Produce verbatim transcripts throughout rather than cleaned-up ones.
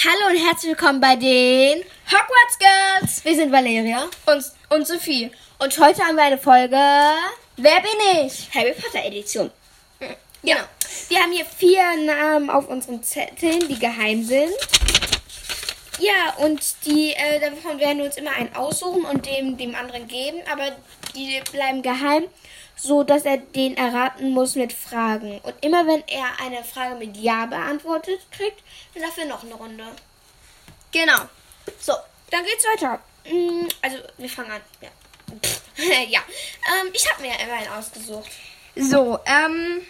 Hallo und herzlich willkommen bei den Hogwarts Girls. Wir sind Valeria und, und Sophie. Und heute haben wir eine Folge Wer bin ich? Harry Potter Edition. Genau. Ja. Wir haben hier vier Namen auf unseren Zetteln, die geheim sind. Ja, und die äh, davon werden wir uns immer einen aussuchen und dem dem anderen geben, aber die bleiben geheim, so dass er den erraten muss mit Fragen. Und immer wenn er eine Frage mit Ja beantwortet kriegt, dann darf er noch eine Runde. Genau. So, dann geht's weiter. Also, wir fangen an. Ja. ja. Ähm, ich habe mir immer einen ausgesucht. So, ähm.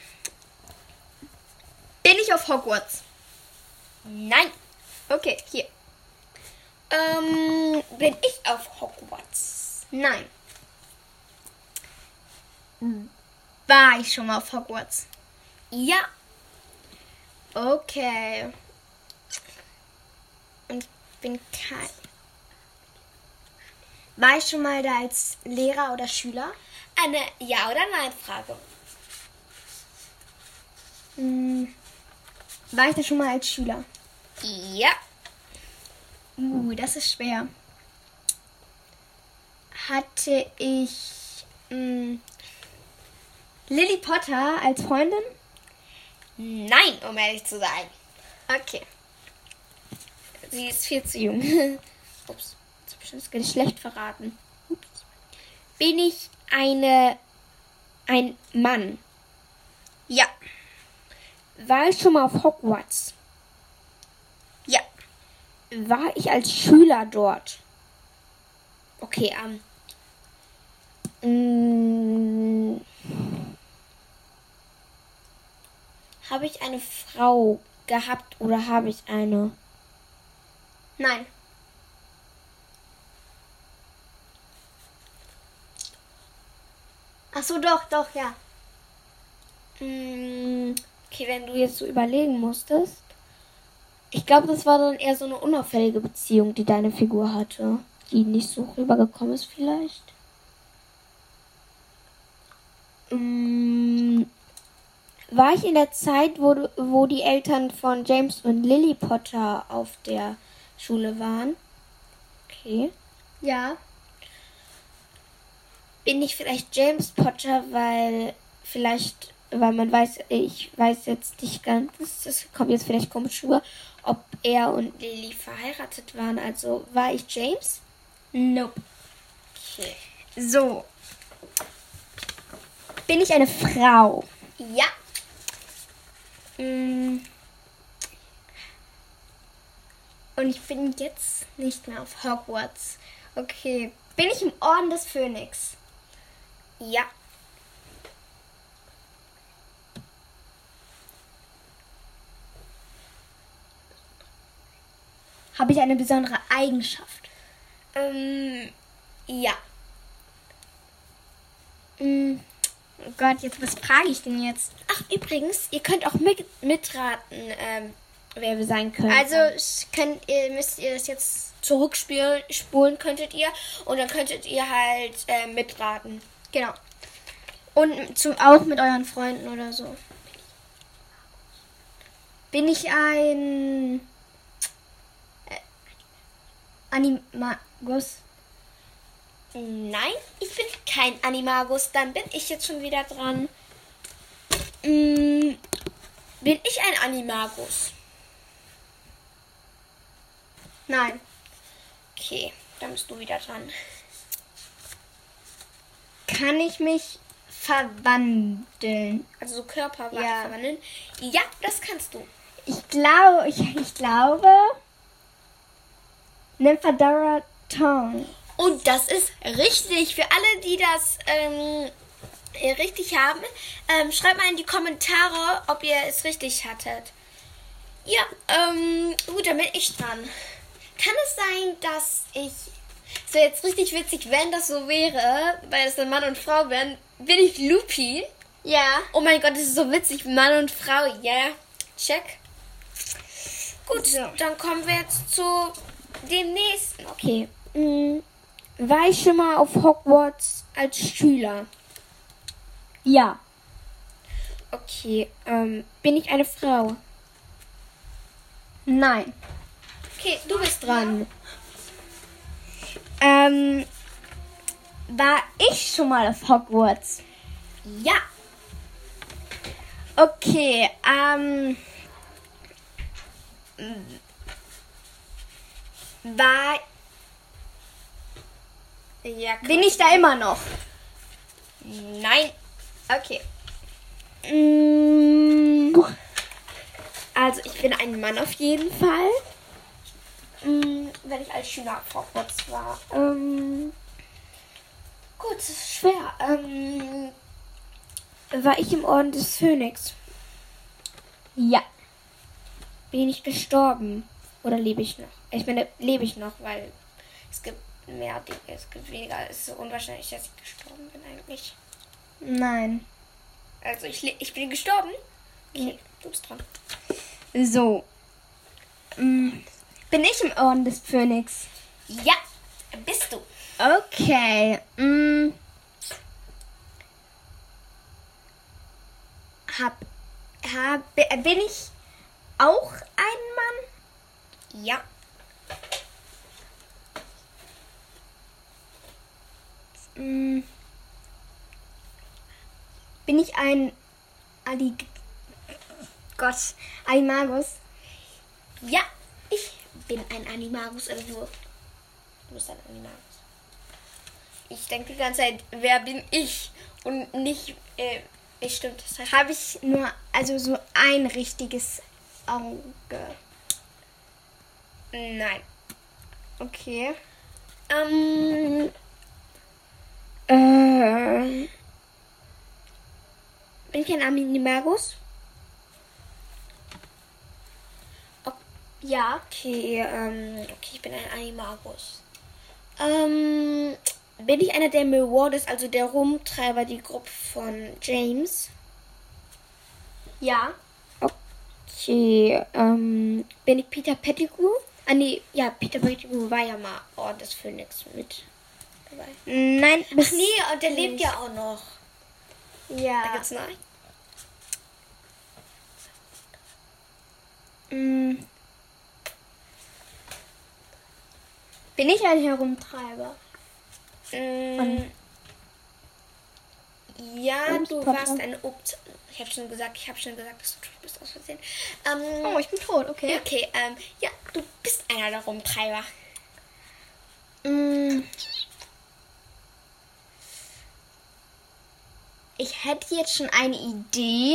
Bin ich auf Hogwarts? Nein. Okay, hier. Ähm, bin ich auf Hogwarts? Nein. War ich schon mal auf Hogwarts? Ja. Okay. Und bin kein. War ich schon mal da als Lehrer oder Schüler? Eine Ja- oder Nein-Frage. Hm. War ich da schon mal als Schüler? Ja. Uh, das ist schwer. Hatte ich mh, Lily Potter als Freundin? Nein, um ehrlich zu sein. Okay. Sie ist viel zu jung. Ups, jetzt hab ich das Geschlecht verraten. Ups. Bin ich eine ein Mann? Ja. War ich schon mal auf Hogwarts? Ja. War ich als Schüler dort? Okay, ähm. Mm, habe ich eine Frau gehabt oder habe ich eine? Nein. Ach so, doch, doch, ja. Mm, okay, wenn du jetzt so überlegen musstest. Ich glaube, das war dann eher so eine unauffällige Beziehung, die deine Figur hatte. Die nicht so rübergekommen ist vielleicht. Mm, war ich in der Zeit, wo, du, wo die Eltern von James und Lily Potter auf der Schule waren? Okay. Ja. Bin ich vielleicht James Potter, weil vielleicht, weil man weiß, ich weiß jetzt nicht ganz, das kommt jetzt vielleicht komisch rüber, ob er und Lily verheiratet waren. Also war ich James? Nope. Okay. So. Bin ich eine Frau? Ja. Mm. Und ich bin jetzt nicht mehr auf Hogwarts. Okay. Bin ich im Orden des Phönix? Ja. Habe ich eine besondere Eigenschaft? Ähm, ja. Mm. Oh Gott, jetzt was frage ich denn jetzt? Ach, übrigens, ihr könnt auch mit, mitraten, ähm, wer wir sein können. Also könnt ihr, müsst ihr das jetzt... Zurückspielen spulen könntet ihr und dann könntet ihr halt äh, mitraten. Genau. Und zum, auch mit euren Freunden oder so. Bin ich ein äh, Animagus? Nein, ich bin kein Animagus. Dann bin ich jetzt schon wieder dran. Mm, bin ich ein Animagus? Nein. Okay, dann bist du wieder dran. Kann ich mich verwandeln? Also so Körper Ja. verwandeln? Ja, das kannst du. Ich glaube, ich, ich glaube, Nymphadora Tongue. Und das ist richtig. Für alle, die das ähm, richtig haben, ähm, schreibt mal in die Kommentare, ob ihr es richtig hattet. Ja, ähm, gut, dann bin ich dran. Kann es sein, dass ich... Es wäre jetzt richtig witzig, wenn das so wäre, weil es dann Mann und Frau wären. Bin ich Lupi? Ja. Oh mein Gott, das ist so witzig. Mann und Frau, ja. Yeah. Check. Gut, So. dann kommen wir jetzt zu dem nächsten. Okay. Hm. War ich schon mal auf Hogwarts als Schüler? Ja. Okay. Ähm, bin ich eine Frau? Nein. Okay, du bist dran. Ähm, war ich schon mal auf Hogwarts? Ja. Okay, ähm, war, Ja. bin ich da immer noch? Nein. Okay. Mm, Also ich bin ein Mann auf jeden Fall. Mm, Wenn ich als Schüler auf Hogwarts war. Ähm, gut, das ist schwer. Ähm, war ich im Orden des Phönix? ja. Bin ich gestorben? Oder lebe ich noch? Ich meine, lebe ich noch, weil es gibt mehr Dinge, es gibt weniger. Es ist so unwahrscheinlich, dass ich gestorben bin eigentlich. Nein. Also ich, le- ich bin gestorben? Okay, du bist dran. So. Mm, bin ich im Orden des Phönix? Ja, bist du. Okay. Mm, hab, hab, bin ich auch ein Mann? Ja. Mm, bin ich ein Ali Gott, Animagus? Ja, ich bin ein Animagus. Also du, du bist ein Animagus. Ich denke die ganze Zeit, wer bin ich? Und nicht, äh, ich stimmt. Das heißt, Habe ich nur, also so ein richtiges Auge? nein. Okay. Ähm, äh, bin ich ein Animagus? Ja. Okay, ähm, okay, ich bin ein Animagus. Ähm, bin ich einer der Milwardes, also der Rumtreiber, die Gruppe von James? Ja. Okay, ähm, bin ich Peter Pettigrew? Ah, nee, ja, Peter Pettigrew war ja mal Orden des Phönix mit dabei. Nein, Ach nee, und der lebt ja auch noch. Da Ja. gibt's noch einen. Mm. Bin ich ein Herumtreiber? Mm, ja, Obst, du Papa. warst ein Obst. Ich habe schon gesagt, ich habe schon gesagt, dass du tot bist aus Versehen. Ähm, Oh, ich bin tot, okay. okay, ähm, ja, du bist einer der Rumtreiber. Mm. Ich hätte jetzt schon eine Idee.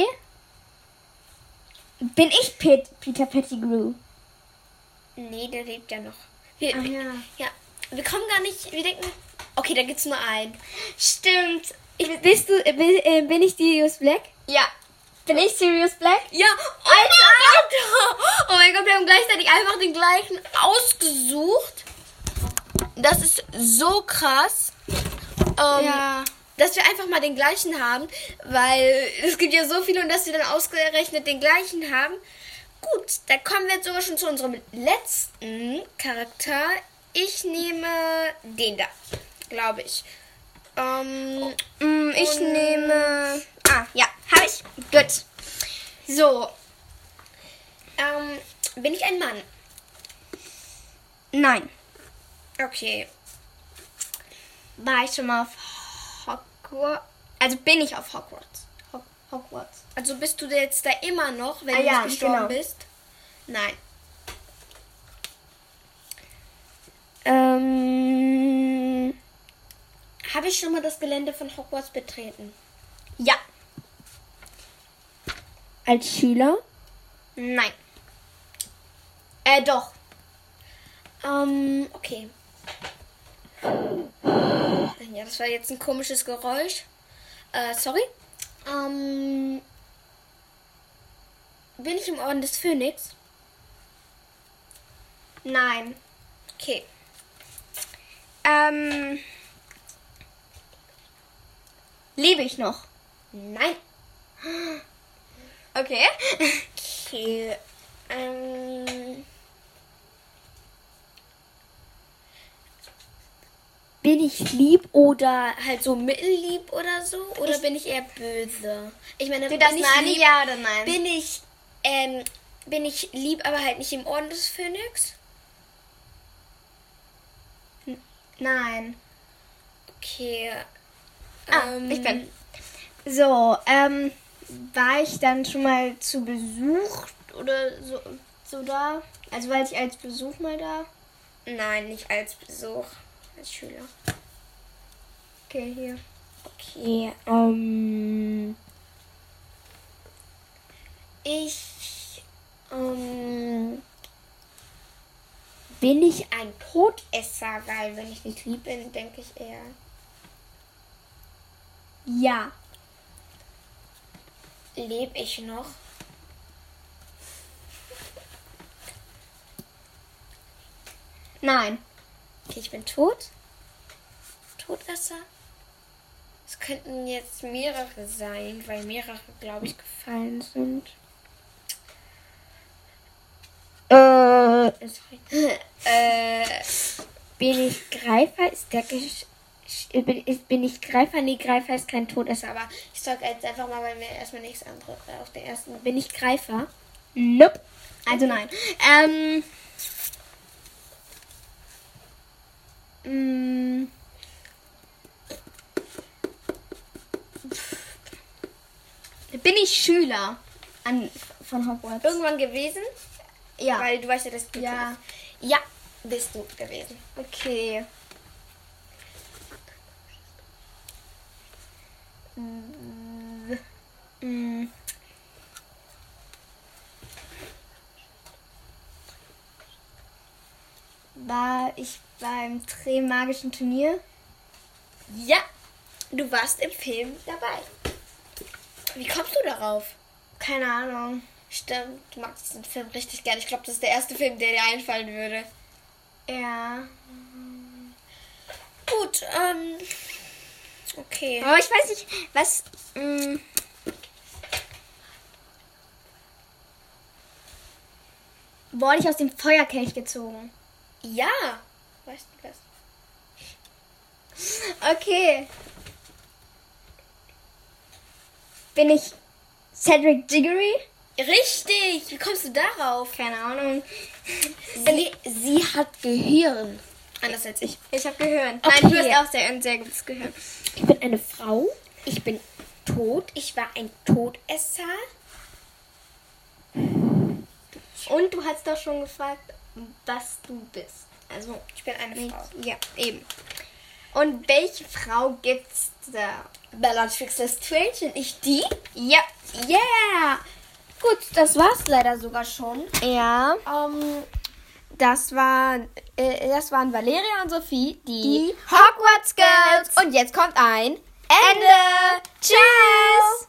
Bin ich Pet Peter Pettigrew? Nee, der lebt ja noch. Wir, Ah, wir- ja. ja, wir kommen gar nicht, wir denken, okay, da gibt's nur einen. Stimmt. Ich, bist du, äh, bin, äh, bin ich Sirius Black? Ja. Bin ich Sirius Black? Ja, oh mein Gott! Oh mein Gott, wir haben gleichzeitig einfach den gleichen ausgesucht. Das ist so krass. Ähm, Ja. Dass wir einfach mal den gleichen haben, weil es gibt ja so viele und dass wir dann ausgerechnet den gleichen haben. Gut, dann kommen wir jetzt sogar schon zu unserem letzten Charakter. Ich nehme den da, glaube ich. Ähm, Mm, ich Und- nehme... Ah, ja. Habe ich. Gut. So. ähm, bin ich ein Mann? Nein. Okay. War ich schon mal auf Hogwarts? Also bin ich auf Hogwarts. Hog Hogwarts. Also bist du jetzt da immer noch, wenn Ah, du ja, nicht gestorben genau. bist? Nein. Ähm, habe ich schon mal das Gelände von Hogwarts betreten? Ja. Als Schüler? Nein. Äh, doch. Ähm, okay. Ja, das war jetzt ein komisches Geräusch. Äh, sorry. Ähm, bin ich im Orden des Phönix? Nein. Okay. Ähm. Lebe ich noch? Nein. Okay. Okay. Ähm, bin ich lieb oder halt so mittellieb oder so? Oder Ich- bin ich eher böse? Ich meine, Du darfst bin ich nur eine lieb, Ja oder Nein. bin ich, ähm, bin ich lieb, aber halt nicht im Orden des Phönix? Nein. Okay. Ah, ähm, ich bin. So, ähm, war ich dann schon mal zu Besuch oder so, so da? Also war ich als Besuch mal da? Nein, nicht als Besuch. Als Schüler. Okay, hier. Okay, ähm. Ich. Ähm. Bin ich ein Todesser? Weil, wenn ich nicht lieb bin, denke ich eher. Ja. Lebe ich noch? Nein. Okay, ich bin tot. Todesser? Es könnten jetzt mehrere sein, weil mehrere, glaube ich, gefallen sind. Äh, sorry. äh, bin ich Greifer? Ist der Gesch bin, ist, bin ich Greifer? Nee, Greifer ist kein Todesser, aber ich sag jetzt einfach mal, weil mir erstmal nichts anderes auf der ersten. Bin ich Greifer? Nope. Also nein. Ähm. mh, Bin ich Schüler an, von Hogwarts? Irgendwann gewesen? Ja. Weil du weißt ja, dass du Ja. bist. Ja, bist du gewesen. Okay. Mm, mm. War ich beim Drehmagischen Turnier? Ja, du warst im Film dabei. Wie kommst du darauf? Keine Ahnung. Stimmt, du magst diesen Film richtig gern. Ich glaube, das ist der erste Film, der dir einfallen würde. Ja. Gut, ähm. Okay. Aber ich weiß nicht, was. Mm, wurde ich aus dem Feuerkelch gezogen? Ja. Weißt du das? Okay. Bin ich Cedric Diggory? Richtig. Wie kommst du darauf? Keine Ahnung. Sie, sie hat Gehirn. Anders als ich. Ich habe Gehirn. Okay. Nein, du hast auch sehr, ein sehr gutes Gehirn. Ich bin eine Frau. Ich bin tot. Ich war ein Todesser. Und du hast doch schon gefragt, was du bist. Also, Ich bin eine nicht, Frau. ja, eben. Und welche Frau gibt's da? Bellatrix Lestrange und ich die? Ja. Yeah. Gut, das war's leider sogar schon. Ja. Ähm, das waren, äh, das waren Valeria und Sophie, die, Die Hogwarts Girls. Und jetzt kommt ein Ende. Tschüss.